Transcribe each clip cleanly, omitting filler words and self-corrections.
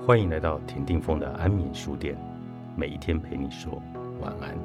欢迎来到田定峰的安眠书店，每一天陪你说晚安。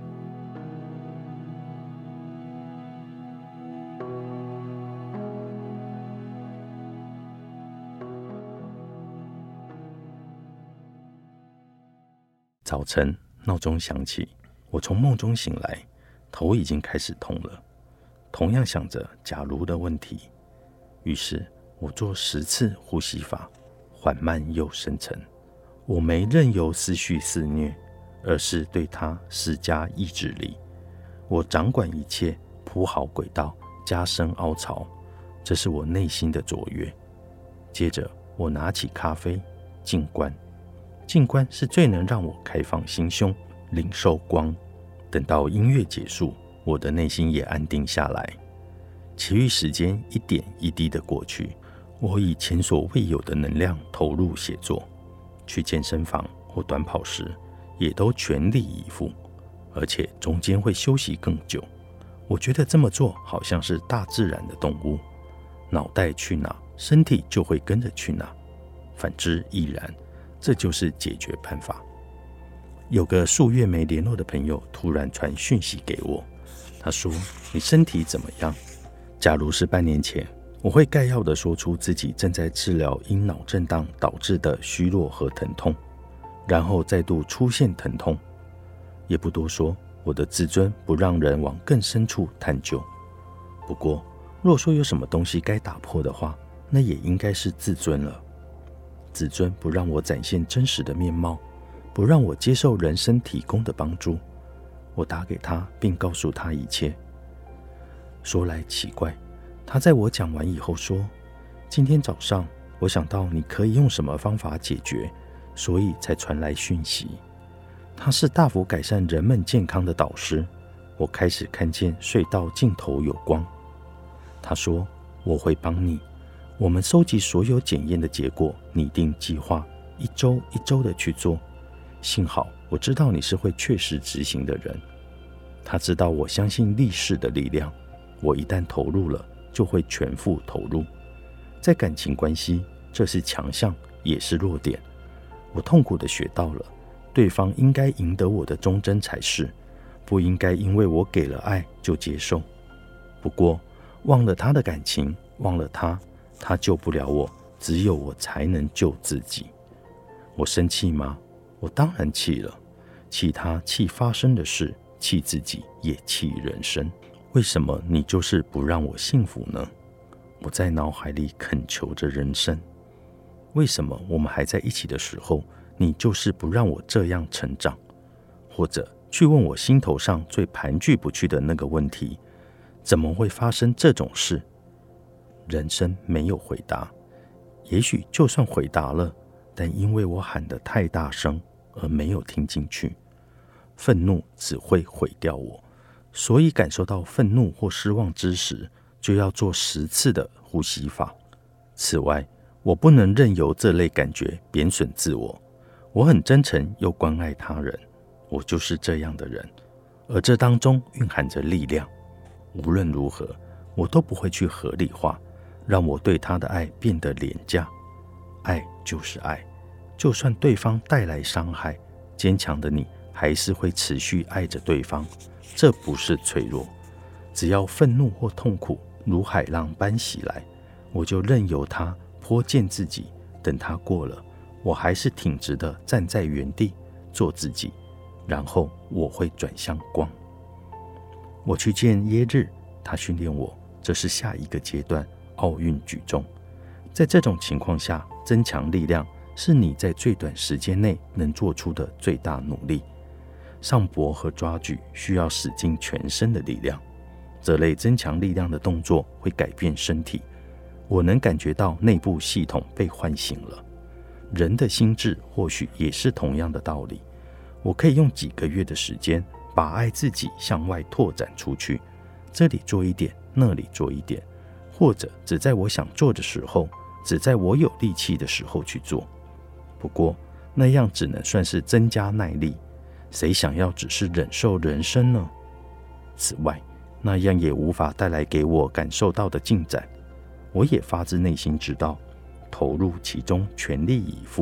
早晨，闹钟响起，我从梦中醒来，头已经开始痛了，同样想着假如的问题。于是我做10次呼吸法，缓慢又深沉。我没任由思绪肆虐，而是对它施加意志力。我掌管一切，铺好轨道，加深凹槽，这是我内心的卓越。接着我拿起咖啡，静观。静观是最能让我开放心胸，领受光。等到音乐结束，我的内心也安定下来。其余时间一点一滴的过去，我以前所未有的能量投入写作。去健身房或短跑时，也都全力以赴，而且中间会休息更久。我觉得这么做好像是大自然的动物，脑袋去哪，身体就会跟着去哪，反之亦然。这就是解决办法。有个数月没联络的朋友突然传讯息给我，他说：“你身体怎么样？”假如是半年前，我会概要地说出自己正在治疗因脑震荡导致的虚弱和疼痛，然后再度出现疼痛。也不多说，我的自尊不让人往更深处探究。不过，若说有什么东西该打破的话，那也应该是自尊了。自尊不让我展现真实的面貌，不让我接受人生提供的帮助。我打给他，并告诉他一切。说来奇怪，他在我讲完以后说：“今天早上我想到你可以用什么方法解决，所以才传来讯息。”他是大幅改善人们健康的导师。我开始看见隧道尽头有光。他说：“我会帮你。我们收集所有检验的结果，拟定计划，一周一周的去做。幸好我知道你是会确实执行的人。”他知道我相信立誓的力量，我一旦投入了，就会全副投入。在感情关系，这是强项，也是弱点。我痛苦地学到了，对方应该赢得我的忠贞才是，不应该因为我给了爱就接受。不过，忘了他的感情，忘了他救不了我，只有我才能救自己。我生气吗？我当然气了，气他，气发生的事，气自己，也气人生。为什么你就是不让我幸福呢？我在脑海里恳求着人生。为什么我们还在一起的时候，你就是不让我这样成长？或者去问我心头上最盘踞不去的那个问题：怎么会发生这种事？人生没有回答，也许就算回答了，但因为我喊得太大声而没有听进去。愤怒只会毁掉我，所以感受到愤怒或失望之时，就要做10次的呼吸法。此外，我不能任由这类感觉贬损自我。我很真诚又关爱他人，我就是这样的人，而这当中蕴含着力量。无论如何，我都不会去合理化，让我对他的爱变得廉价。爱就是爱，就算对方带来伤害，坚强的你还是会持续爱着对方，这不是脆弱。只要愤怒或痛苦如海浪般袭来，我就任由它泼溅自己，等它过了，我还是挺直的站在原地，做自己，然后我会转向光。我去见耶日，他训练我，这是下一个阶段，奥运举重。在这种情况下，增强力量是你在最短时间内能做出的最大努力。上搏和抓举需要使尽全身的力量，这类增强力量的动作会改变身体。我能感觉到内部系统被唤醒了。人的心智或许也是同样的道理。我可以用几个月的时间，把爱自己向外拓展出去，这里做一点，那里做一点，或者只在我想做的时候，只在我有力气的时候去做。不过那样只能算是增加耐力，谁想要只是忍受人生呢？此外，那样也无法带来给我感受到的进展。我也发自内心知道，投入其中全力以赴，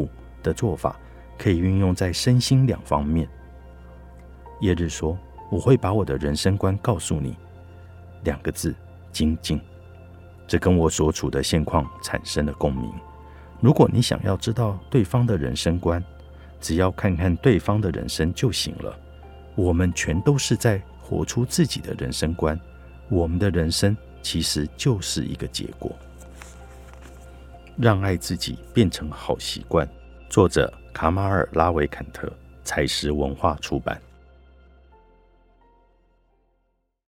的做法可以运用在身心两方面。夜日说，我会把我的人生观告诉你，2个字，精进。这跟我所处的现况产生了共鸣。如果你想要知道对方的人生观，只要看看对方的人生就行了。我们全都是在活出自己的人生观，我们的人生其实就是一个结果。让爱自己变成好习惯，作者卡马尔·拉维坎特，才石文化出版。